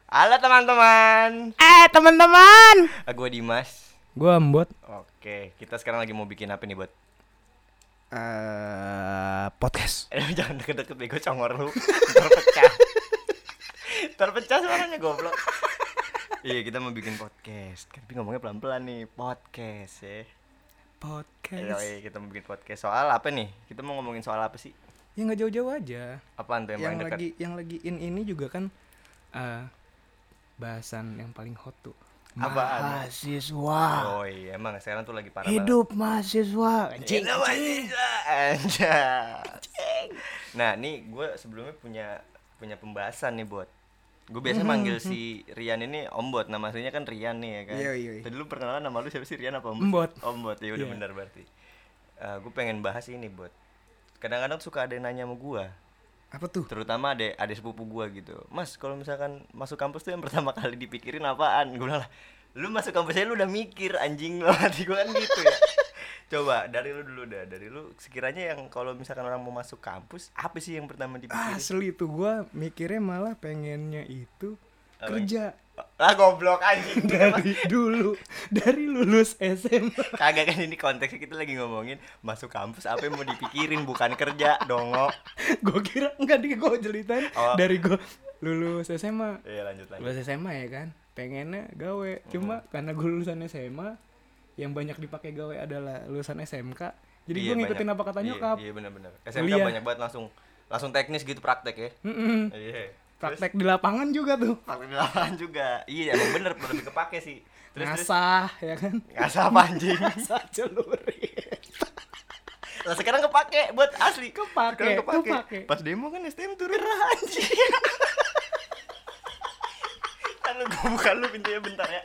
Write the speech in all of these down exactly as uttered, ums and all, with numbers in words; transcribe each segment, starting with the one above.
Halo teman-teman. Eh teman-teman. Ah, gue Dimas. Gue Ambot. Oke, kita sekarang lagi mau bikin apa nih buat? Uh, podcast. Eh, jangan deket-deket bego congor lu. Terpecah. Terpecah suaranya goblok. Iya, kita mau bikin podcast. Tapi ngomongnya pelan-pelan nih, podcast ya. Podcast. Iya, kita mau bikin podcast. Soal apa nih? Kita mau ngomongin soal apa sih? Ya nggak jauh-jauh aja. Apaan tuh yang, yang paling dekat? lagi yang lagi in ini juga kan uh, bahasan yang paling hot tuh. Apaan? Mahasiswa. Oh iya, emang sekarang tuh lagi parah Hidup mahasiswa. Anjing. Hidup mahasiswa. Anjing. Nah, nih gue sebelumnya punya punya pembahasan nih buat. Gue biasa manggil si Rian ini Ombot, nama aslinya kan Rian nih ya kan. Iya, iya, iya. Tadi lu perkenalan nama lu siapa sih, Rian apa Ombot? Ombot. Ombot, ya udah Iya. benar berarti. Uh, gue pengen bahas ini buat. Kadang-kadang suka ada yang nanya sama gue. Apa tuh? Terutama ada ada sepupu gua gitu. Mas, kalau misalkan masuk kampus tuh yang pertama kali dipikirin apaan? Gua bilang lah, lu masuk kampus aja lu udah mikir anjing lo. Hati gua kan gitu ya. Coba dari lu dulu dah. Dari lu sekiranya yang kalau misalkan orang mau masuk kampus, apa sih yang pertama dipikirin? Asli tuh gue mikirnya malah pengennya itu Apa? kerja. Ah goblok anjing. Dari dulu, dari lulus S M A. Kagak kan ini konteksnya kita lagi ngomongin masuk kampus apa yang mau dipikirin, bukan kerja dongo. Gue kira enggak di gue jelitan Oh. dari gue lulus S M A. Iya lanjut lanjut. Lulus S M A ya kan, pengennya gawe. Cuma karena gue lulusan S M A, yang banyak dipakai gawe adalah lulusan S M K. Jadi Iya, gue ngikutin banyak. apa kata Iya, nyokap. Iya benar-benar. S M K Kuliah. banyak banget langsung langsung teknis gitu praktek ya. Mm-mm. Iya. Praktek di lapangan juga tuh. Praktek di lapangan juga. Iya emang bener lebih kepake sih. Terus terus Ngasah ya kan. ngasah apa anjing. Ngasah celurit. Nah, sekarang kepake buat asli. Kepake, Sekarang kepake. Pas demo kan S T M turun anjing. Kan lu gua buka lu pintunya bentar ya.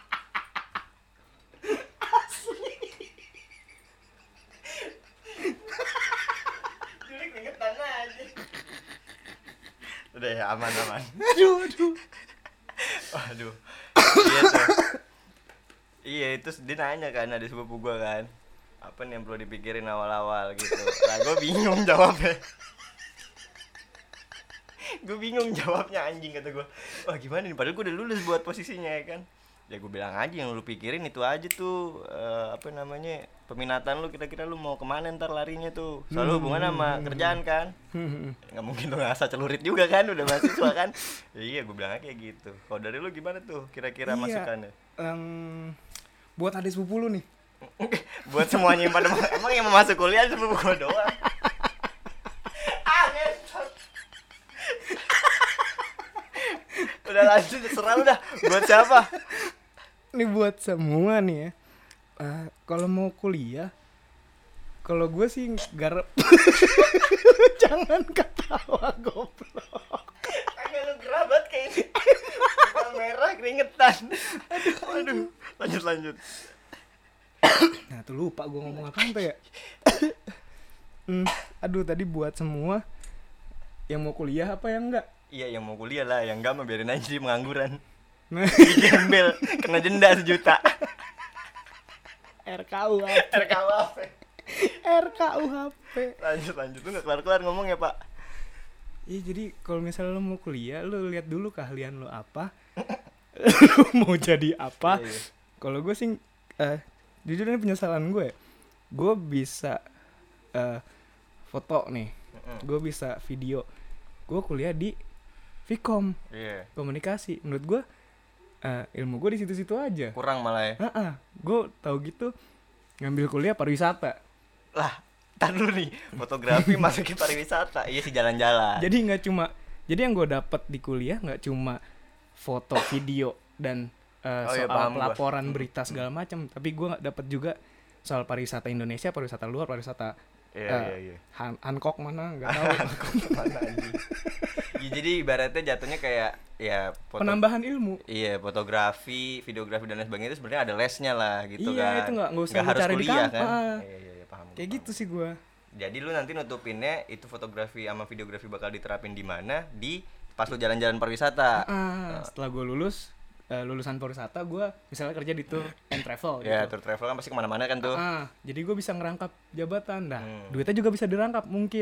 Jadi keringetan aja. Udah ya aman aman. Aduh, aduh. Waduh. Iya tuh. Iya itu dia nanya kan ada sepupu gua kan. Apa nih yang perlu dipikirin awal-awal gitu. Lah gua bingung jawabnya. Gue bingung jawabnya anjing kata gua. Wah gimana nih padahal gua udah lulus buat posisinya ya kan. Ya gue bilang aja yang lu pikirin itu aja tuh uh, apa namanya peminatan lu kira-kira lu mau kemana ntar larinya tuh. Soalnya hubungan sama kerjaan kan. Nggak mungkin tuh ngasah celurit juga kan udah mahasiswa kan. Ya, iya gue bilang kayak gitu. Kalau dari lu gimana tuh kira-kira Iya. masukannya? Um, buat adik sepupu lu nih. Buat semuanya yang pada emang yang mau masuk kuliah sepupu gua doang. Ah, ngentot. Udah lanjut terserah lu dah. Buat siapa? Ini buat semua nih ya. Uh, kalau mau kuliah, kalau gue sih garap. Jangan ketawa goblok. Kagak lu gerabat kayak ini. Muka merah keringetan. Aduh, aduh. Lanjut lanjut. Nah tuh lupa gue ngomong apa tuh ya. hmm, aduh tadi buat semua yang mau kuliah apa yang enggak. Iya yang mau kuliah lah, yang enggak mah biarin aja di pengangguran. Nah, Digembel, kena denda sejuta. R K U H P. R K U H P. R K U H P. Lanjut lanjut lu nggak kelar-kelar ngomong ya pak. Iya jadi kalau misalnya lo mau kuliah, lo lihat dulu keahlian lo apa, lo mau jadi apa. Iya, iya. Kalau gue sih, uh, jujur ini penyesalan gue, gue bisa uh, foto nih, gue bisa video, gue kuliah di Vkom, Iya. komunikasi. Menurut gue uh, ilmu gue di situ-situ aja. Kurang malah ya. Heeh, gue tahu gitu ngambil kuliah pariwisata. Lah, tar dulu nih, fotografi masukin pariwisata. Iya sih jalan-jalan. Jadi nggak cuma, jadi yang gue dapet di kuliah nggak cuma foto, video dan uh, Oh, iya, soal paham gua. pelaporan berita segala macam, tapi gue nggak dapet juga soal pariwisata Indonesia, pariwisata luar, pariwisata Iya, uh, iya, iya. Han- Hancock mana nggak tahu. Mana anjing. Ya, jadi ibaratnya jatuhnya kayak ya foto, Penambahan ilmu. iya, fotografi, videografi dan lain sebagainya itu sebenarnya ada lesnya lah gitu Iya, kan. itu nggak- nggak usah Nggak lu harus cari di kuliah kamp- kan. ah. Iya, iya, iya, paham. Kayak paham. gitu sih gue. Jadi lu nanti nutupinnya itu fotografi sama videografi bakal diterapin di mana? Di pas lu jalan-jalan pariwisata. Ah, setelah gue lulus, uh, lulusan pariwisata, gue misalnya kerja di tour and travel gitu. Ya, tour travel kan pasti kemana-mana kan tuh. Ah, jadi gue bisa ngerangkap jabatan dah. Hmm. Duitnya juga bisa dirangkap mungkin.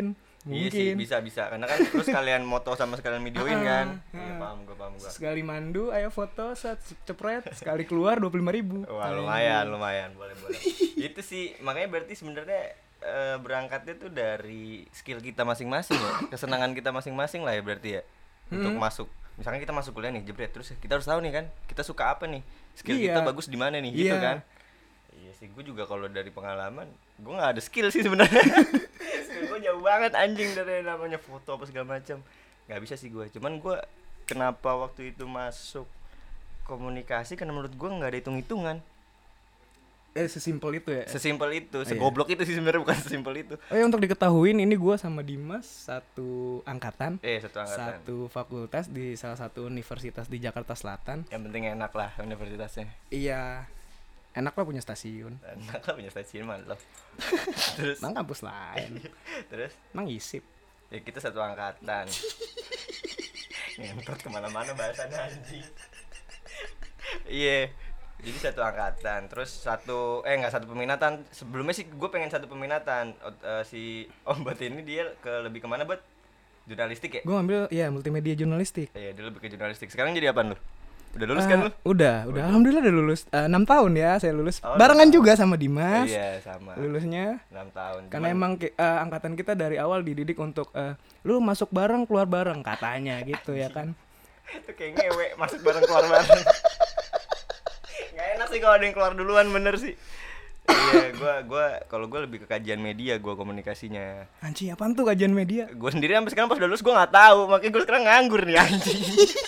Iya sih, Mungkin. bisa bisa karena kan terus kalian moto sama sekalian videoin kan. Ah, Iya ah. paham gua, paham gua. Sekali mandu, ayo foto, set cepret, sekali keluar dua puluh lima ribu. Wah, lumayan, lumayan, boleh boleh. Itu sih makanya berarti sebenarnya eh, berangkatnya tuh dari skill kita masing-masing ya, kesenangan kita masing-masing lah ya berarti ya. Untuk Hmm. masuk, misalkan kita masuk kuliah nih, jebret, terus kita harus tahu nih kan, kita suka apa nih, skill Iya. kita bagus di mana nih, gitu Iya. kan. Iya sih, gue juga kalau dari pengalaman, gue nggak ada skill sih sebenarnya. Skill gue jauh banget anjing dari yang namanya foto apa segala macam. Nggak bisa sih gue. Cuman gue kenapa waktu itu masuk komunikasi karena menurut gue nggak ada hitung-hitungan. Eh sesimpel itu ya. Sesimpel itu, iya. segoblok itu sih sebenarnya, bukan sesimpel itu. Oh ya, untuk diketahuin ini gue sama Dimas satu angkatan, Eh satu angkatan. satu fakultas di salah satu universitas di Jakarta Selatan. Yang penting enak lah universitasnya. Iya, enak lah punya stasiun. Enak lah punya stasiun mantap. Terus, Nang kampus lain, terus nang isip. ya kita satu angkatan. Ngentot kemana-mana bahasannya anjing. Iya, jadi satu angkatan, terus satu eh nggak satu peminatan. Sebelumnya sih gue pengen satu peminatan. O, uh, si Om Bot ini dia ke lebih kemana Bot? Jurnalistik ya? Gue ngambil ya multimedia jurnalistik. Iya, dia lebih ke jurnalistik. Sekarang jadi apaan lu? Udah lulus kan Eh, lu? Udah, udah. Alhamdulillah udah lulus. Eh, enam tahun ya saya lulus. Oh, Barengan enam juga sama Dimas. Iya, sama. Lulusnya. enam tahun. Karena Cuman- emang ki- eh, angkatan kita dari awal dididik untuk eh, lu masuk bareng keluar bareng katanya gitu ya kan. itu kayak ngewe masuk bareng keluar bareng. Nggak enak sih kalau ada yang keluar duluan, bener sih. Iya, gua gua kalau gua lebih ke kajian media, gua komunikasinya. Anjing apaan tuh kajian media? Gue sendiri sampai sekarang pas udah lulus gue nggak tahu, makanya gue sekarang nganggur nih anjing.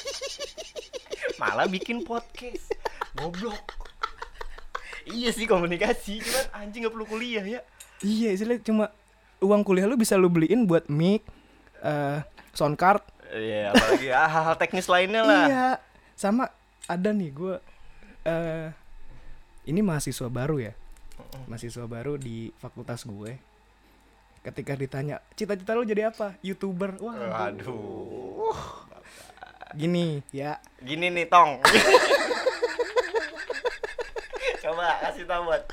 Malah bikin podcast, goblok. Iya sih komunikasi, cuman anjing nggak perlu kuliah ya. Iya, istilahnya cuma uang kuliah lu bisa lu beliin buat mic, eh sound card. Iya, apalagi ah, hal-hal teknis lainnya lah. Iya, sama ada nih gue eh ini mahasiswa baru ya. Mahasiswa baru di fakultas gue. Ketika ditanya, "Cita-cita lu jadi apa?" YouTuber. Wah, Waduh. gini, ya. Gini nih Tong. Coba kasih tahu buat.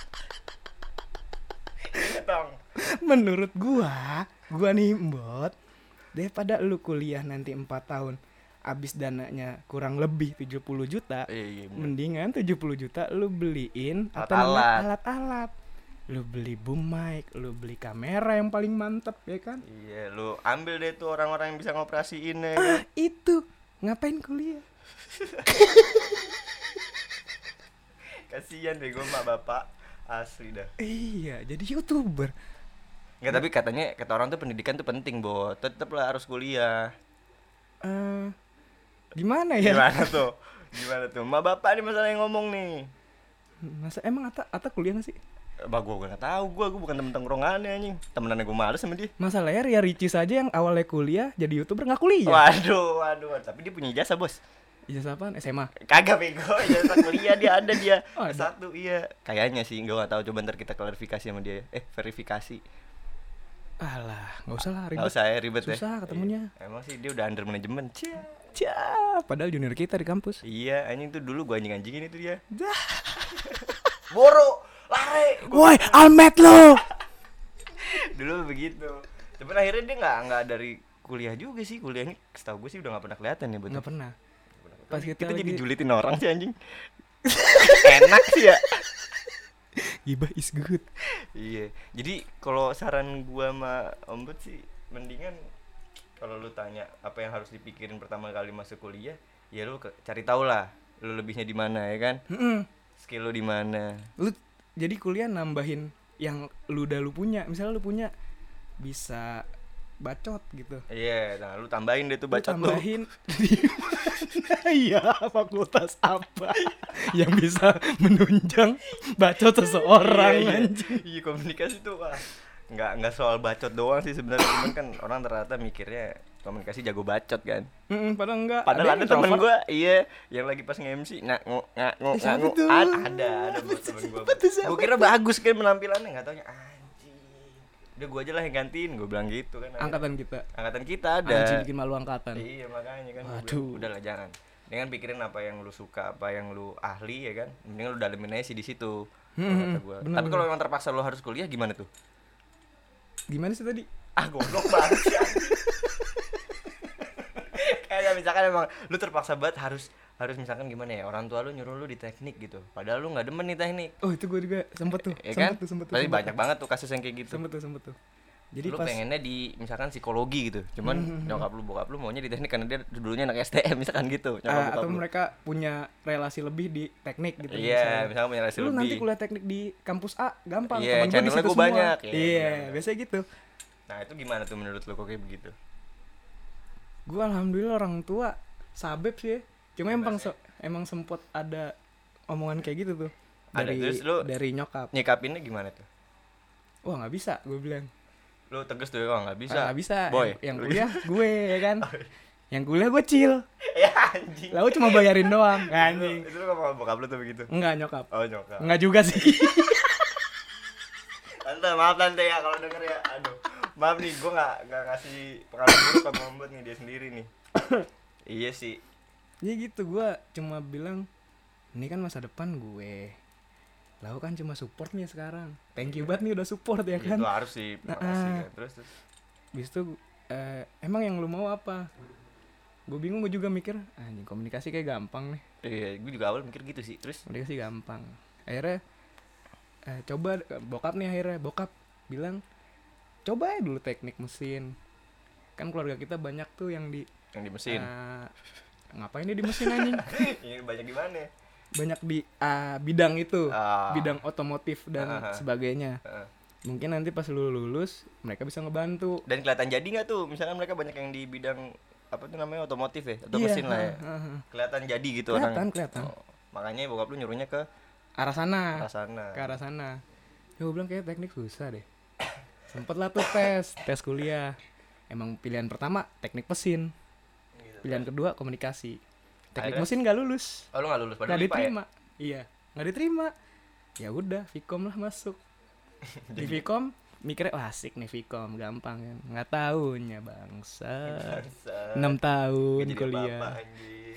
Gini Tong. Menurut gua, gua nih Mbot, daripada lu kuliah nanti empat tahun habis dananya kurang lebih tujuh puluh juta, Iya, iya, bener. mendingan tujuh puluh juta lu beliin apa Alat-alat. namanya alat-alat. Lu beli boom mic, lu beli kamera yang paling mantep ya kan? Iya, lu ambil deh tuh orang-orang yang bisa ngoperasiin ya. Ah, itu ngapain kuliah? Kasian deh gue mak bapak asli dah. Iya, jadi YouTuber. Enggak, tapi katanya kata orang tuh pendidikan tuh penting, Bo. Tetep lah harus kuliah. Eh gimana ya? Gimana tuh? Gimana tuh? Mak bapak nih masalah yang ngomong nih. Masa emang Ata Ata kuliah gak sih? Bah gue gak tahu, gue gue bukan temen tongkrongannya anjing. Temenannya gue males sama dia. Masalahnya Ria Ricis aja yang awalnya kuliah jadi YouTuber nggak kuliah. Waduh, waduh, tapi dia punya ijazah, Bos. Ijazah apaan? S M A. Kagak bego, ijazah kuliah dia ada dia. Oh, ada. Satu iya. Kayaknya sih, gue gak tahu, coba ntar kita klarifikasi sama dia. Eh, verifikasi. Alah, nggak usah lah Gak ribet. usah ya ribet ya. Susah ketemunya. Iya. Emang sih dia udah under manajemen. Cia. Cah, padahal junior kita di kampus. Iya, anjing tuh dulu gue anjing-anjingin itu dia. Boro, lari. Woi, almet lo. Dulu begitu. Tapi akhirnya dia nggak nggak dari kuliah juga sih. Kuliahnya setahu gue sih udah nggak pernah kelihatan ya, betul. Nggak pernah. Pas Pas kita, kita jadi lagi- julitin orang sih anjing. Enak sih ya. Gibah is good. Iya. Jadi kalau saran gua sama Om Bud sih mendingan kalau lu tanya apa yang harus dipikirin pertama kali masuk kuliah, ya lu ke, cari tahu lah lu lebihnya di mana ya kan? Mm-mm. Skill lu di mana? Lu jadi kuliah nambahin yang lu udah lu punya. Misalnya lu punya bisa bacot gitu. Iya, nah lu tambahin deh tuh Lu bacot lu. tambahin di mana ya fakultas apa yang bisa menunjang bacot seseorang Iya, iya. anjing. Iya, komunikasi tuh wah. Nggak nggak soal bacot doang sih sebenarnya, cuman kan orang ternyata mikirnya komunikasi jago bacot kan. Mm-mm, padahal enggak. Padahal ada, yang temen introvert. gua, iya, yang lagi pas nge-M C ngak ngok ngak ngok Eh, siapa ngak ngok. tuh? Ada, ada, ada buat temen gua. Siapa tuh, siapa Gua kira bagus kan penampilannya, enggak taunya anjing. Udah gua aja lah yang gantiin, gua bilang gitu kan. Angkatan kita. Angkatan kita ada. Anjing bikin malu angkatan. Iya, makanya kan. gua Waduh. bilang, udahlah jangan. Dengan pikirin apa yang lu suka, apa yang lu ahli ya kan. Mending lu dalemin aja sih di situ. Hmm, kalau kata gua. bener, Tapi kalau bener. memang terpaksa lu harus kuliah gimana tuh? Gimana sih tadi? Ah goblok banget sih. Kayak misalkan emang lu terpaksa banget harus harus misalkan gimana ya, orang tua lu nyuruh lu di teknik gitu, padahal lu nggak demen nih teknik. Oh itu gue juga sempet tuh, Ya sempet kan? tuh, sempet tuh, Tapi sempet banyak tuh. banget tuh kasus yang kayak gitu. Sempet tuh, sempet tuh. Jadi Lu pas pengennya di misalkan psikologi gitu, cuman Hmm. nyokap lu bokap lu maunya di teknik karena dia dulunya anak S T M misalkan gitu, nyokap ah, bokap atau lu. mereka punya relasi lebih di teknik gitu. Iya, misalnya. misalkan punya relasi Lu lebih. nanti kuliah teknik di kampus A gampang, Iya, teman gue di channelnya situ gua semua. banyak. Iya, Iya, benar. biasanya gitu. Nah, itu gimana tuh menurut lu kok kayak begitu? Gue alhamdulillah orang tua sabep sih ya. Cuma Bebas emang ya? se- emang sempet ada omongan kayak gitu tuh Ada, dari terus lu- dari nyokap. Nyikapinnya gimana tuh? Wah nggak bisa, gue bilang. Lu tegas tuh, oh nggak bisa. Ah, nggak bisa. Boy. Yang, yang kuliah gue ya kan. Yang kuliah gue chill. Ya anjing. Lalu cuma bayarin doang. Itu, Anjing. itu lu sama bokap lu tuh begitu. Enggak nyokap. Oh, nyokap. Enggak juga sih. Tante, maaf tante ya kalau denger ya. Aduh. Maaf nih, gua enggak enggak ngasih pengalaman buruk sama membuat nih dia sendiri nih. Iya sih. Ya gitu, gue cuma bilang ini kan masa depan gue. Lalu kan cuma support nih sekarang. Thank you banget nih udah support ya kan. Itu harus sih, Nah, makasih ah. kan. Terus terus. Habis itu eh, emang yang lu mau apa? Gue bingung, gue juga mikir anjing komunikasi kayak gampang nih. Iya, gue juga awal mikir gitu sih. Terus Komunikasi gampang. Akhirnya eh, coba bokap nih akhirnya bokap bilang coba ya dulu teknik mesin. Kan keluarga kita banyak tuh yang di yang di mesin. eh, ngapain dia di mesin anjing? Ini banyak gimana? Banyak di ah, bidang itu, Ah. bidang otomotif dan Ah, ah, ah. sebagainya. Heeh. Mungkin nanti pas lu lulus mereka bisa ngebantu. Dan kelihatan jadi nggak tuh? Misalkan mereka banyak yang di bidang apa tuh namanya otomotif ya, atau Iya, mesin lah ya. ah, ah, ah. Kelihatan jadi gitu Kelihatan, orangnya. kelihatan. Oh, makanya bokap lu nyuruhnya ke Arah sana. arah sana. Ke arah sana. Ya gue bilang kayak teknik susah deh. Sempet lah tuh tes, tes kuliah. Emang pilihan pertama teknik mesin, Gitu. pilihan kedua komunikasi. Teknik Akhirnya? mesin gak lulus, Oh, lu nggak lulus nggak padahal I P A ya? diterima. Iya, nggak diterima. Ya udah, Vkom lah masuk. Di Vkom mikirnya wah asik nih Vkom, gampang kan. Nggak tahunya bangsa. Bangsat. enam tahun Nggak jadi kuliah. apa-apa, anjing.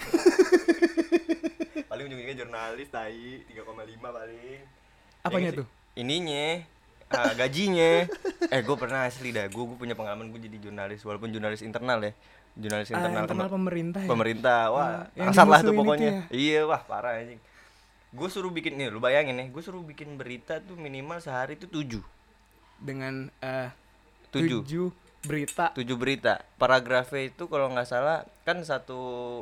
Paling ujung-ujungnya jurnalis tai tiga koma lima paling. Apanya Ya nggak tuh? sih? Ininya ah, gajinya. Eh, gue pernah asli dah. Gue gue punya pengalaman gue jadi jurnalis, walaupun jurnalis internal ya. Jurnalis Ah, internal, internal kema- pemerintah ya. pemerintah. Wah, Ah, yang bangsat lah tuh dimusuhin itu pokoknya. ya? Iya, wah parah anjing. Gue suruh bikin nih, lu bayangin nih, gue suruh bikin berita tuh minimal sehari tuh tujuh. Dengan eh, Tujuh. tujuh berita. Tujuh berita. Paragrafnya itu kalau nggak salah kan satu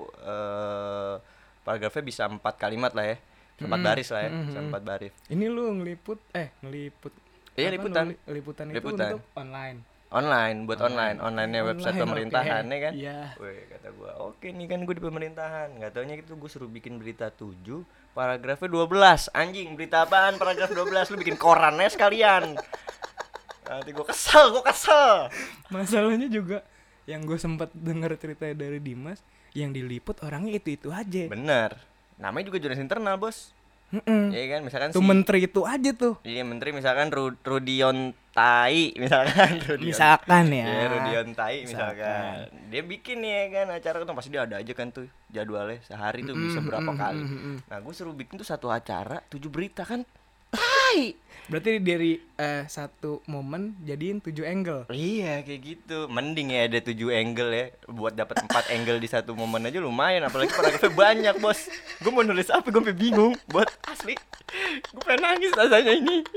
eh, paragrafnya bisa empat kalimat lah ya, empat Mm-mm. baris lah ya, Mm-mm. bisa empat baris. Ini lu ngeliput eh ngeliput. Iya, Apa, liputan. nuli- liputan itu Liputan. untuk online. Online, buat online, online-nya website Online, pemerintahan oke. ya kan. Iya. Wih, kata gua, oke nih kan gue di pemerintahan. Nggak taunya gitu gue suruh bikin berita tujuh, paragrafnya dua belas. Anjing, berita apaan paragraf dua belas? Lu bikin korannya sekalian. Nanti gue kesel, gue kesel. Masalahnya juga yang gue sempat dengar cerita dari Dimas, yang diliput orangnya itu-itu aja. Bener. Namanya juga jurnalis internal, Bos. Mm-mm. Iya kan, misalkan Tuh si menteri itu aja tuh. Iya, menteri misalkan Ru- Rudion Tai misalkan Rudion. Misalkan ya. Iya, Rudion Tai Misalkan. misalkan. Dia bikin nih ya kan acara tuh pasti dia ada aja kan tuh jadwalnya sehari tuh bisa Mm-mm, berapa mm-mm, kali. mm-mm. Nah, gue suruh bikin tuh satu acara tujuh berita kan. Tai. Berarti dari eh, satu momen jadiin tujuh angle. Iya kayak gitu. Mending ya ada tujuh angle ya. Buat dapat empat angle di satu momen aja lumayan. Apalagi paragrafnya banyak, Bos. Gue mau nulis apa gue sampai bingung. Buat asli. Gue pengen nangis rasanya ini.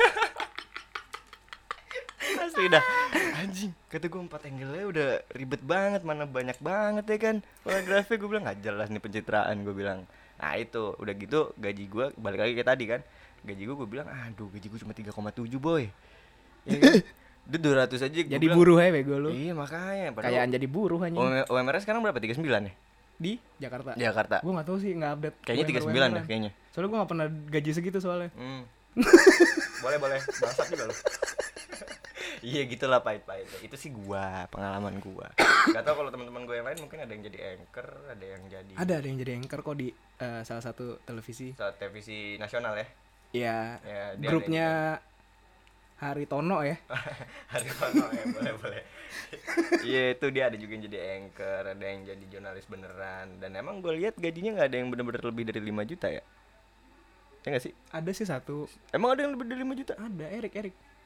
Asli dah. Anjing, kata gue empat angle-nya udah ribet banget, mana banyak banget ya kan. Paragrafnya gue bilang nggak jelas nih pencitraan, gue bilang. Nah itu, udah gitu gaji gue balik lagi kayak tadi kan. Gaji gue gue bilang, aduh gaji gue cuma tiga koma tujuh boy. Ya kan? Itu dua ratus aja gua Jadi bilang, buruh ya bego lu. iya makanya. Kayaan jadi buruh aja U M R sekarang berapa? tiga puluh sembilan ya? di Jakarta. Jakarta. Gue nggak tahu sih, nggak update. Kayaknya U M R tiga puluh sembilan U M R-an. deh kayaknya. Soalnya gue nggak pernah gaji segitu soalnya. Hmm. boleh boleh, bangsat juga lu. Iya gitulah pahit-pahit. Itu sih gua, pengalaman gua. Gak tau kalau teman-teman gua yang lain mungkin ada yang jadi anchor, ada yang jadi Ada ada yang jadi anchor kok di eh, salah satu televisi. saat televisi nasional ya. Ya, Ya, dia grupnya Hari Tono ya. Hari Tono ya, boleh boleh. Iya itu dia ada juga yang jadi anchor, ada yang jadi jurnalis beneran. Dan emang gue lihat gajinya nggak ada yang bener-bener lebih dari lima juta ya. Ya nggak sih? Ada sih satu. Emang ada yang lebih dari lima juta? Ada Erik Erik.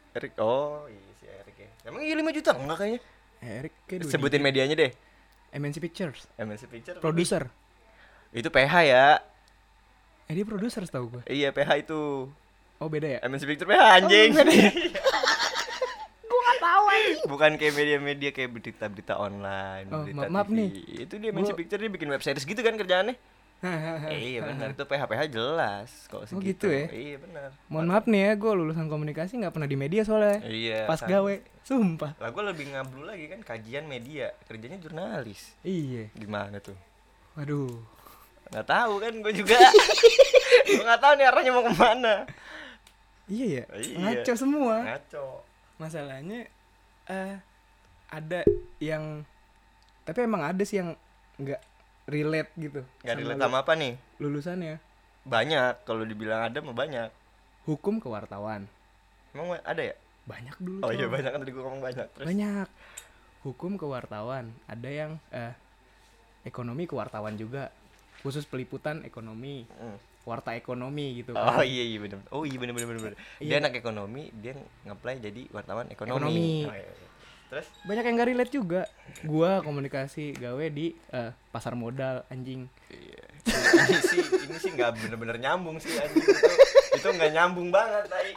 Erik, oh iya si Erik ya. Emang iya lima juta enggak kayaknya? Erik kayak dua Sebutin digit. medianya deh. M N C Pictures. M N C Picture. Produser. Itu P H ya. Eh dia produser setahu gue. Iya P H itu. Oh beda ya? M N C Picture P H anjing. Oh, beda ya? Gue gak tahu anjing. Bukan kayak media-media kayak berita-berita online, Oh, berita ma- maaf T V. nih. Itu dia M N C Gua- Picture dia bikin web series gitu kan kerjaannya. Eh, iya benar itu P H P H jelas kalau Oh, segitu. gitu ya? Iya benar. Mohon maaf nih ya, gue lulusan komunikasi nggak pernah di media soalnya. Iya. Pas sama. gawe, sumpah. Lah gue lebih ngablu lagi kan kajian media, kerjanya jurnalis. Iya. Gimana tuh? Waduh. Nggak tahu kan gue juga. Gue nggak tahu nih arahnya mau kemana. Iya ya. Iya. Ngaco semua. Ngaco. Masalahnya eh ada yang tapi emang ada sih yang nggak relate gitu. Nggak sama relate lu- sama apa nih? lulusannya. Banyak kalau dibilang ada mah banyak. Hukum kewartawan. Emang ada ya? Banyak dulu. Oh iya coy. banyak kan tadi gue ngomong banyak. Terus Banyak. Hukum kewartawan. Ada yang eh ekonomi kewartawan juga. Khusus peliputan ekonomi, Hmm. warta ekonomi gitu. Oh kan. iya iya benar. Oh iya benar benar benar. benar. Dia Iya. anak ekonomi, dia nge-apply jadi wartawan ekonomi. Ekonomi. Oh, iya, iya. Terus Banyak yang gak relate juga. Gua komunikasi gawe di eh, pasar modal anjing. iya. Ini sih ini sih nggak bener-bener nyambung sih anjing itu. Itu nggak nyambung banget tai.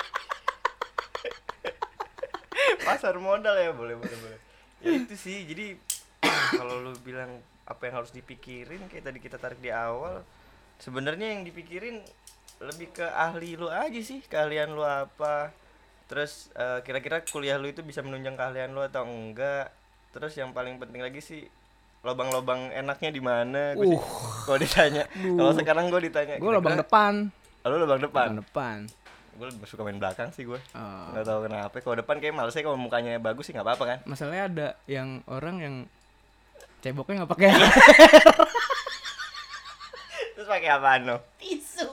Pasar modal ya boleh boleh boleh. Ya itu sih jadi kalau lu bilang apa yang harus dipikirin kayak tadi kita tarik di awal, sebenarnya yang dipikirin lebih ke ahli lu aja sih, keahlian lu apa. Terus eh, kira-kira kuliah lu itu bisa menunjang keahlian lu atau enggak. Terus yang paling penting lagi sih lobang-lobang enaknya di mana gue sih Uh. kalau ditanya. Duh. Kalau sekarang gue ditanya Gue lubang kira-kira- depan. Oh, lu lubang depan. Lubang depan. Gue lebih suka main belakang sih gue. Oh. Nggak tahu kenapa. Kalau depan kayak males ya, kalau mukanya bagus sih nggak apa-apa kan. Masalahnya ada yang orang yang ceboknya nggak pakai. Terus pakai apaan lo? Tisu.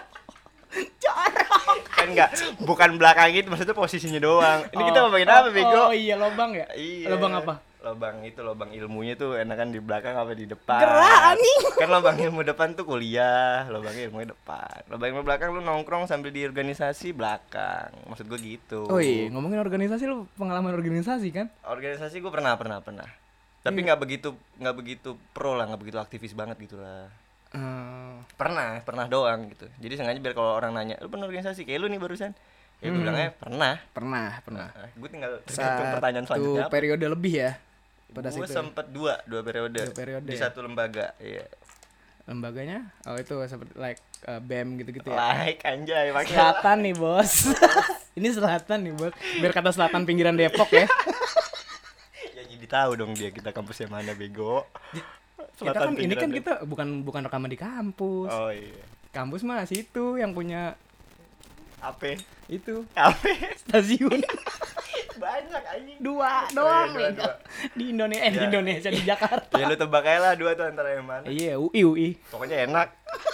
Kan nggak, bukan belakang itu, maksudnya posisinya doang. Ini kita mau ngomongin apa, bego? Oh iya lubang ya. Iya. Lubang apa? Lubang itu, lubang ilmunya tuh enakan di belakang apa di depan. Gerak, anjing. Kan lubang ilmu depan tuh kuliah, lubang ilmu depan. Lubang ilmu belakang lu nongkrong sambil di organisasi belakang. Maksud gue gitu. Oh iya, ngomongin organisasi lu pengalaman organisasi kan? Organisasi gue pernah pernah pernah. Tapi Iya. nggak begitu nggak begitu pro lah, nggak begitu aktivis banget gitu lah. Eh, Pernah, pernah doang gitu. Jadi sengaja biar kalau orang nanya, lu pernah organisasi kayak lu nih barusan? Ya gue Hmm. bilangnya pernah. pernah, pernah. Nah, gue tinggal tergantung pertanyaan Satu selanjutnya apa. periode lebih ya. Pada Gue situ. ya. sempet dua, dua periode, Dua periode di ya? satu lembaga. Iya. Lembaganya? Oh itu seperti like uh, B E M gitu-gitu ya. Like anjay pakai. Selatan nih, Bos. Ini selatan nih, Bos. Biar kata selatan pinggiran Depok ya. Ya jadi tahu dong dia kita kampusnya mana bego. Kita kan ini pinggiran kan deh. kita bukan bukan rekaman di kampus. Oh iya. Kampus mah situ yang punya Apa? itu Apa? stasiun Banyak anjing. dua doang dua, nih. dua. Di Indonesia eh, di Ya. Indonesia di Jakarta. Ya lu tebak aja lah dua tuh antara yang mana. Iya, U I U I. Pokoknya enak.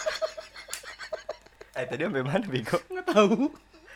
Eh tadi sampai mana bego? Enggak tahu.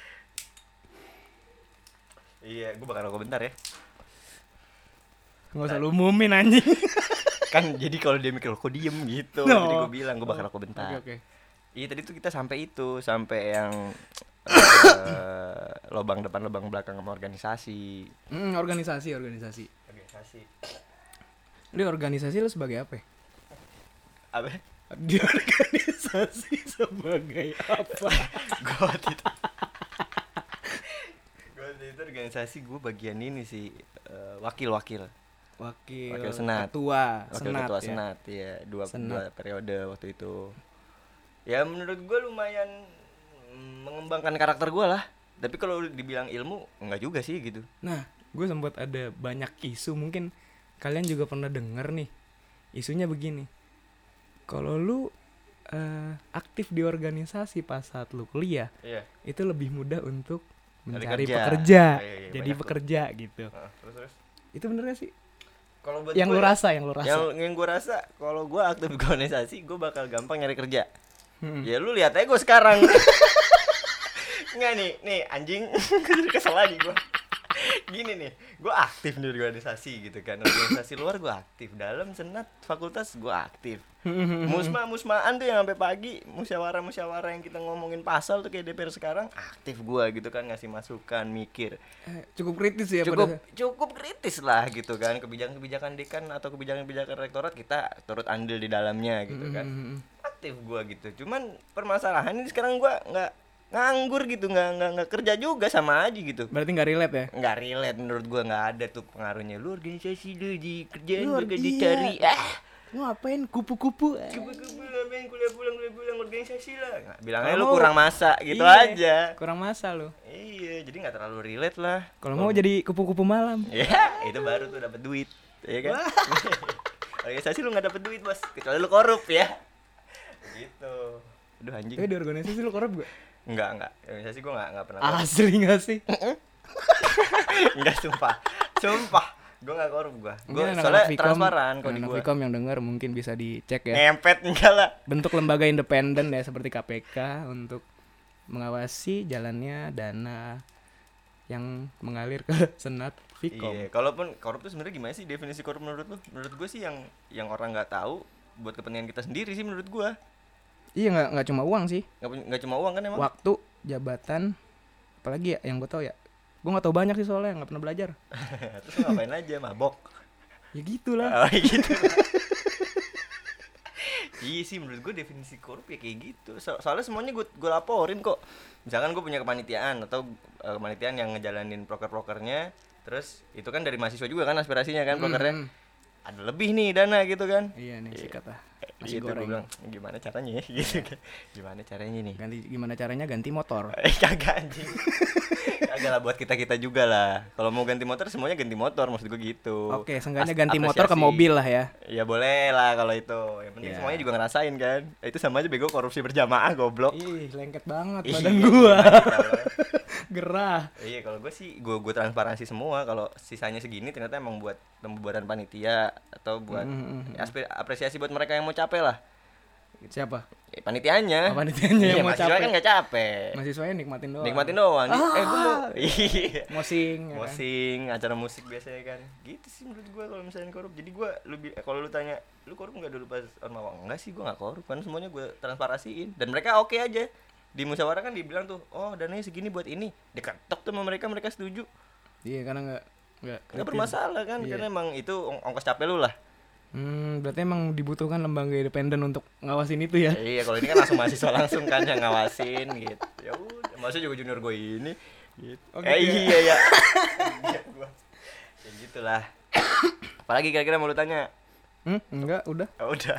Iya, gue bakal rokok bentar ya. Enggak usah lu umumin anjing. Kan jadi kalau dia mikir kok diem gitu. No. Jadi gue bilang gue bakal rokok bentar. Oke, oke. Iya tadi tuh kita sampai itu, sampai yang eh, lobang depan lobang belakang sama organisasi. Hmm, organisasi, organisasi. Organisasi. Lu organisasi lu sebagai apa? Ya? Apa? Di organisasi sebagai apa? Gue waktu itu Gue waktu itu organisasi gue bagian ini sih eh, wakil-wakil. Wakil, Wakil senat. ketua, Wakil senat ketua ya. senat ya, dua, Senat. dua periode waktu itu. Ya menurut gue lumayan mm, mengembangkan karakter gue lah. Tapi kalau dibilang ilmu enggak juga sih gitu. Nah, gue sempat ada banyak isu, mungkin kalian juga pernah denger nih. Isunya begini. Kalau lu eh, aktif di organisasi pas saat lu kuliah, Iya. itu lebih mudah untuk Cari mencari kerja. pekerja, Oh, iya, iya, jadi banyak tuh. pekerja gitu. Nah, terus terus. Itu bener gak sih? Kalau buat Yang gue lu ya, rasa, yang lu rasa. Yang yang gue rasa kalau gue aktif di organisasi, gue bakal gampang nyari kerja. Hmm. Ya lu lihat aja gue sekarang. Enggak nih, nih anjing. Kesel lagi gue. Gini nih, gue aktif di organisasi gitu kan. Organisasi luar gue aktif, dalam senat fakultas gue aktif. Musma musmaan tuh yang sampai pagi, musyawarah musyawarah yang kita ngomongin pasal tuh kayak D P R sekarang, aktif gue gitu kan, ngasih masukan, mikir. Eh, cukup kritis ya. Cukup pada... cukup kritis lah gitu kan, kebijakan-kebijakan dekan atau kebijakan-kebijakan rektorat kita turut andil di dalamnya gitu kan. Aktif gue gitu. Cuman permasalahan ini sekarang gue nggak nganggur gitu, nggak nggak nggak kerja juga, sama aja gitu. Berarti nggak relate ya? Nggak relate menurut gua, nggak ada tuh pengaruhnya. Lu organisasi lu di kerjaan Lu, bakal iya. dicari. Ah, Lu ngapain kupu-kupu? kupu-kupu ngapain kuliah pulang kuliah pulang organisasi lah. Nggak, bilangnya Kalau lu mau- kurang masa gitu Iya, aja. Kurang masa lu. Iya, jadi nggak terlalu relate lah. Kalau mau jadi kupu-kupu malam. Ya, itu baru tuh dapat duit, ya kan? Organisasi lu nggak dapat duit bos, kecuali lu korup ya. Gitu. Aduh anjing. Tapi di organisasi lu korup gak? Enggak enggak, organisasi gua nggak nggak pernah. Asli gak sih? Enggak, sumpah. Sumpah. Gue gak korup gue. Gue Ini anak-anak soalnya Vkom- transparan kalau di anak gue. Vkom yang dengar mungkin bisa dicek ya. Ngempet enggak lah. Bentuk lembaga independen ya seperti K P K untuk mengawasi jalannya dana yang mengalir ke Senat Vkom. Iya, kalaupun korup tuh sebenarnya gimana sih definisi korup menurut lu? Menurut gue sih yang yang orang nggak tahu buat kepentingan kita sendiri sih menurut gue. Iya, nggak nggak cuma uang sih. Nggak punya- nggak cuma uang kan emang. Waktu, jabatan, apalagi ya yang gue tahu ya. Gue nggak tahu banyak sih soalnya nggak pernah belajar. Terus lu ngapain aja, mabok? Ya gitulah. Oh, gitu. Iya sih menurut gue definisi korup ya kayak gitu. So- soalnya semuanya gue gue laporin kok. Misalkan gue punya kepanitiaan atau uh, kepanitiaan yang ngejalanin proker-prokernya, terus itu kan dari mahasiswa juga kan aspirasinya kan prokernya. Hmm. Ada lebih nih dana gitu kan. Iya nih Iya. sikat lah. Nasi Gitu, gua goreng. bilang, gimana caranya ya gitu kan. Gimana caranya nih? Ganti gimana caranya ganti motor. Eh kagak anjing. Kagak lah buat kita-kita juga lah. Kalau mau ganti motor semuanya ganti motor maksud gue gitu. Oke, seenggaknya As- ganti motor ke apresiasi. mobil lah ya. Ya boleh lah kalau itu. Yang penting Ya. semuanya juga ngerasain kan. Eh, Itu sama aja bego korupsi berjamaah goblok. Ih, lengket banget Iya, badan gua. gimana kalau- Gerah. Iya kalau gue sih gue gue transparansi semua. Kalau sisanya segini ternyata emang buat pembubaran panitia atau buat Mm, mm, mm. aspi- apresiasi buat mereka yang mau capek lah. Siapa? Ya, panitianya. Oh, panitianya yang Iya, mau mahasiswa capek. kan nggak capek. Mahasiswanya nikmatin doang. Nikmatin doang. Ah. Eh gue mau iya. Mosing ya kan? Mosing, acara musik biasanya kan. Gitu sih menurut gue kalau misalnya korup. Jadi gue lebih eh, kalau lu tanya, lu korup nggak dulu pas Ormawa? Enggak sih, gue nggak korup. Kan semuanya gue transparasiin dan mereka oke aja. Di musyawarah kan dibilang tuh, "Oh, dananya segini buat ini." Diketok tuh sama mereka, mereka setuju. Iya, karena enggak enggak Nggak bermasalah kan, Iya. karena emang itu ong- ongkos capek lu lah. Hmm, berarti emang dibutuhkan lembaga independen untuk ngawasin itu ya. Ya, iya, kalau ini kan langsung mahasiswa langsung kan yang ngawasin gitu. Ya udah, maksudnya juga junior gue ini gitu. Oh, eh gitu ya? iya ya. Iya gua. Ya gitulah. Apalagi kira-kira mau lu tanya? Hmm, enggak, udah. Oh, udah.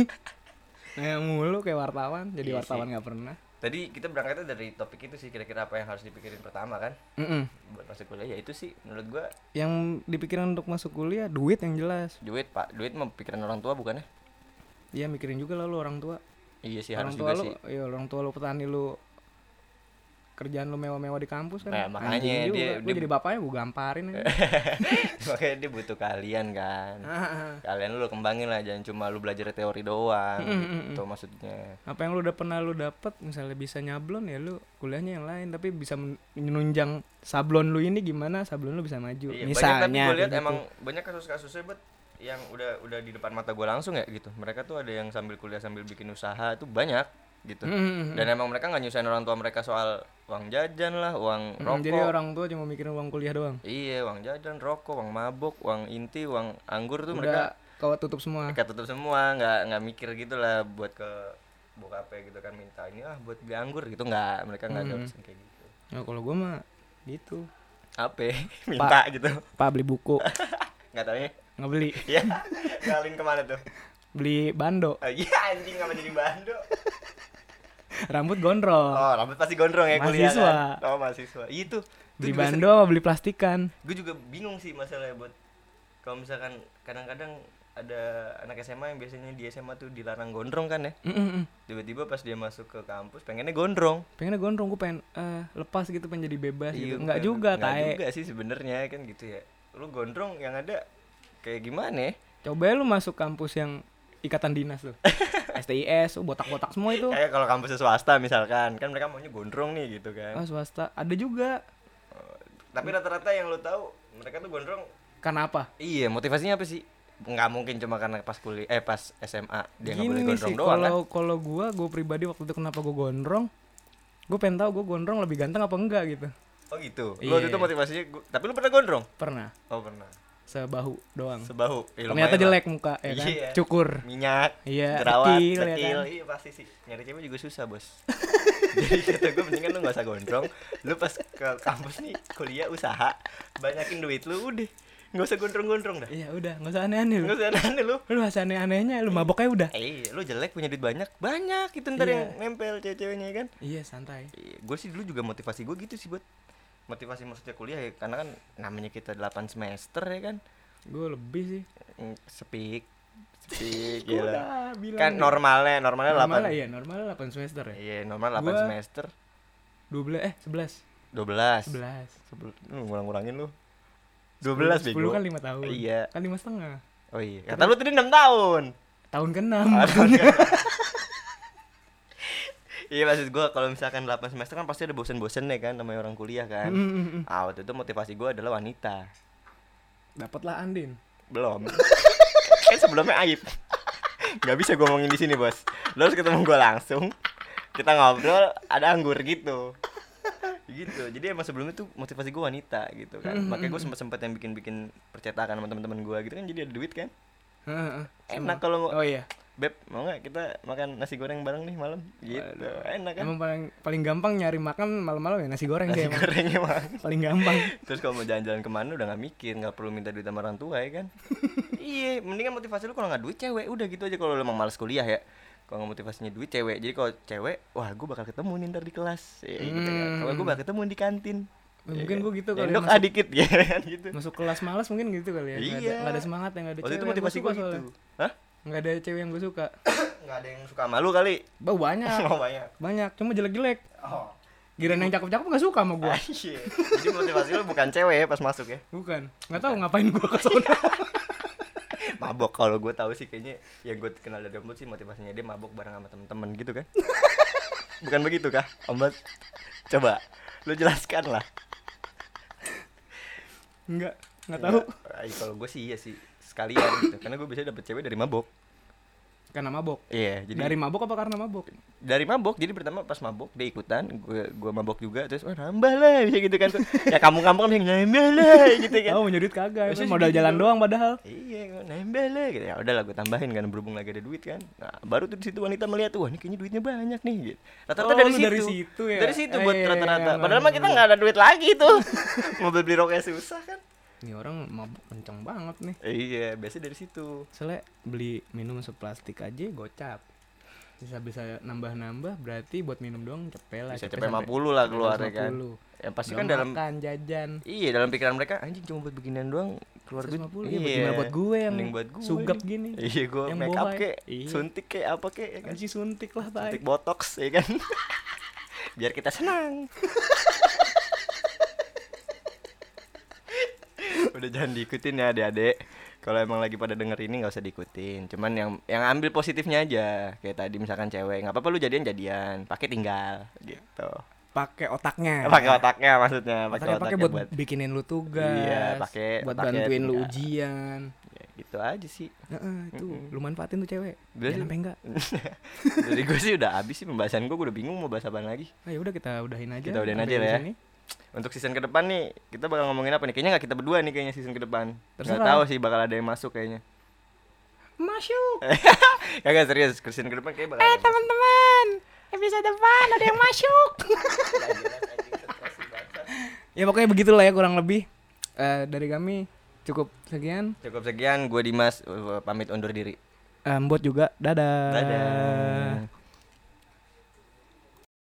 Nah, mulu kayak wartawan, jadi Iya wartawan sih. nggak pernah. Tadi kita berangkatnya dari topik itu sih, kira-kira apa yang harus dipikirin pertama kan Mm-mm. buat masuk kuliah. Ya itu sih menurut gua Yang dipikirin untuk masuk kuliah duit yang jelas. duit, Pak. Duit mah pikiran orang tua bukannya? Iya, mikirin juga lah lu orang tua. Iya sih orang harus tua juga lu, sih. iya orang tua lu petani lu kerjaan lu mewah-mewah di kampus kan. Nah, makanya Anjing juga. dia- Gua dia- jadi bapaknya gua gamparin aja. Makanya dia butuh kalian kan. Ah, Kalian lu kembangin lah, jangan cuma lu belajar teori doang Mm, mm, gitu maksudnya. apa yang lu udah pernah lu dapet misalnya bisa nyablon ya lu kuliahnya yang lain tapi bisa men- menunjang sablon lu ini gimana sablon lu bisa maju Iya, misalnya banyak, tapi gue lihat kayak gitu. emang banyak kasus-kasusnya bet yang udah udah di depan mata gue langsung ya gitu. Mereka tuh ada yang sambil kuliah sambil bikin usaha tuh banyak gitu. Mm, mm, mm. Dan emang mereka nggak nyusahin orang tua mereka soal uang jajan lah, uang Mm, rokok. jadi orang tua cuma mikirin uang kuliah doang Iya, uang jajan, rokok, uang mabuk, uang inti, uang anggur tuh udah mereka kau tutup semua mereka tutup semua, nggak nggak mikir gitu lah buat ke bokapnya gitu kan minta ini ah buat beli anggur gitu, nggak, mereka nggak ada Hmm. urusan kayak gitu. nah kalau gua mah gitu Apa? Minta gitu. pak beli buku Nggak tahu ya. nggak beli Ya, ngalin kemana tuh? beli bando Oh, iya anjing nggak jadi bando. rambut gondrong Oh, rambut pasti gondrong ya kuliah Mahasiswa. kan? Oh, mahasiswa. Itu. beli bando sama beli plastikan Gue juga bingung sih masalahnya buat kalau misalkan kadang-kadang ada anak S M A yang biasanya di S M A tuh dilarang gondrong kan ya. Mm, mm, mm. Tiba-tiba pas dia masuk ke kampus pengennya gondrong. pengennya gondrong gua pengen eh, lepas gitu pengen jadi bebas Iya, gitu bukan- nggak juga nggak kayak juga sih sebenarnya kan gitu ya. Lu gondrong yang ada kayak gimana ya? coba lu masuk kampus yang ikatan dinas tuh S T I S, oh, botak-botak semua itu. Kayak kalau kampusnya swasta misalkan, kan mereka maunya gondrong nih gitu kan. Oh swasta, ada juga. Tapi rata-rata yang lu tahu mereka tuh gondrong. Karena apa? Iya, motivasinya apa sih? Nggak mungkin cuma karena pas kuliah eh pas S M A dia nggak boleh Gini gondrong sih, doang kan. kalau kalau gua gua pribadi waktu itu kenapa gua gondrong? Gua pengen tahu gua gondrong lebih ganteng apa enggak gitu. Oh gitu. Iya. Lu waktu itu motivasinya gua, tapi lu pernah gondrong? Pernah. Oh, pernah. Sebahu doang. Sebahu. Eh, Ternyata lumayan jelek lah. muka ya kan. Iya. Cukur. Minyak, Iya, jerawat, dekil, ya dekil. kan? Iya pasti sih. Nyari cewek juga susah, Bos. Jadi kata gue mendingan lu gak usah gondrong. Lu pas ke kampus nih kuliah usaha, banyakin duit lu udah. Gak usah gondrong-gondrong dah. Iya, udah, enggak usah aneh-aneh lu. Gak usah aneh lu. Lu usah aneh-anehnya, lu maboknya udah. Eh, lu jelek punya duit banyak, banyak itu ntar Iya. yang nempel cewek-ceweknya kan. Iya, santai. Gue sih dulu juga motivasi gue gitu sih buat motivasi maksudnya kuliah ya, karena kan namanya kita delapan semester ya kan. Gue lebih sih. Mm, Sepik, sepik Gua gila. udah bilang Kan nih. normalnya, normalnya Normal delapan. ya, normal delapan semester ya. Iya, normal delapan Gua- semester. dua belas eh sebelas. dua belas. sebelas. Sebel, lu ngurang-ngurangin lu. dua belas bego. sepuluh kan lima tahun. Iya. Kan lima setengah. Oh iya. Kata lu tadi enam tahun. Tahun keenam. Iya, maksud gua kalau misalkan delapan semester kan pasti ada bosen-bosennya kan namanya orang kuliah kan. Mm, mm, mm. Ah, waktu itu motivasi gua adalah wanita. Dapatlah Andin. Belum. Kan sebelumnya aib. Gak bisa gua ngomongin di sini, Bos. Lu harus ketemu gua langsung. Kita ngobrol, ada anggur gitu. Gitu. Jadi emang sebelumnya tuh motivasi gua wanita gitu kan. Mm-hmm. Makanya gua sempet-sempet yang bikin-bikin percetakan sama teman-teman gua gitu kan, jadi ada duit kan. Heeh. Enak kalau Oh iya. Beb, mau nggak kita makan nasi goreng bareng nih malam? Gitu. Waduh. Enak kan? Emang paling paling gampang nyari makan malam-malam ya nasi goreng Nasi sih emang. gorengnya mah. Paling gampang. Terus kalau mau jalan-jalan kemana udah nggak mikir, nggak perlu minta duit sama orang tua ya kan? Iya, mendingan motivasi lu kalau nggak duit cewek udah gitu aja kalau lu emang malas kuliah ya. Kalau nggak motivasinya duit cewek, jadi kalau cewek, wah gue bakal ketemu nih ntar di kelas, ya, gitu kan. Hmm. Kalau gue bakal ketemu di kantin. Mungkin Ya gue kan? gitu kali. Nyendok masuk, ah dikit ya kan gitu. masuk kelas malas mungkin gitu kali ya. Nggak ada, Iya. nggak ada semangat ya, nggak ada Waktu cewek. itu yang motivasi gua gue suka gitu. soalnya. Hah? Nggak ada cewek yang gue suka. Nggak ada yang suka malu kali. Bah banyak. Oh banyak. Banyak, cuma jelek-jelek. Oh. Giliran yang cakep-cakep nggak suka sama gue. Ah, iya. Jadi motivasi lu bukan cewek ya pas masuk ya? Bukan. Nggak tahu ngapain gue ke sana. Mabok, kalau gue tahu sih kayaknya yang gue kenal dari Om Bud sih motivasinya dia mabok bareng sama temen-temen gitu kan. Bukan begitu kah Om Bud? Coba lu jelaskan lah. Enggak, nggak tahu. Ay, kalau gue sih iya sih sekalian gitu, karena gue biasanya dapet cewek dari mabok. Karena mabok. Iya, jadi Dari mabok apa karena mabok? dari mabok. Jadi pertama pas mabok dia ikutan, gue gue mabok juga, terus oh nambah lah bisa gitu kan. Ya kamu-kamu kan yang nambah lah gitu kan. Oh, punya duit kagak. Biasanya Itu modal gitu. jalan doang padahal. Iya, nambah lah gitu. Ya udahlah gue tambahin kan, berhubung lagi ada duit kan. Nah, baru tuh di situ wanita melihat, wah ini kayaknya duitnya banyak nih gitu. Rata-rata Oh, dari lu situ. dari situ ya? Dari situ buat Eh, rata-rata. iya, Padahal mah kita nggak ada duit lagi tuh. Mau beli roknya susah kan. Ini orang mabuk kenceng banget nih. Iya, biasa dari situ. Soalnya beli minum seplastik aja gocap. Bisa-bisa nambah-nambah berarti buat minum doang cepet lah. Bisa cepet cepet sampai lima puluh lah keluar ya seratus kan. lima puluh. Yang pasti Belum kan dalam makan, jajan. iya, dalam pikiran mereka anjing cuma buat beginian doang keluar duit. seratus lima puluh, iya, gimana buat gue yang mending buat gue sugap nih. gini. Iya, gue Yang make up bohai. kek, Iya. suntik kek apa kek ya kan. Kan sih suntik lah, tai. Suntik botox ya kan. Biar kita senang. Udah jangan diikutin ya adik-adik. Kalau emang lagi pada denger ini nggak usah diikutin. Cuman yang yang ambil positifnya aja. Kayak tadi misalkan cewek, nggak apa-apa lu jadian jadian, pakai tinggal gitu. Pakai otaknya. Pakai otaknya maksudnya, pakai Otaknya pakai otaknya buat, buat bikinin lu tugas. Iya, pakai buat otaknya bantuin lu tinggal. ujian. ya, gitu aja sih. Heeh, itu Mm-mm. lu manfaatin tuh cewek. Udah Jangan sih. sampai enggak. Dari gue sih udah habis sih pembahasan gue, gue udah bingung mau bahas apaan lagi. Ah, ya udah kita udahin aja. Kita udahin sampai aja lah ya. sini. Untuk season ke depan nih, kita bakal ngomongin apa nih? Kayaknya nggak kita berdua nih kayaknya season ke depan. Nggak Terserah. tahu sih bakal ada yang masuk kayaknya. Masuk. Kagak serius, ke season ke depan kayak bakal. Eh teman-teman, episode depan ada yang masuk. Ya pokoknya begitulah ya kurang lebih. Eh, dari kami cukup sekian. Cukup sekian, gue Dimas uh, pamit undur diri. Eh, Mbot juga. Dadah. Dadah.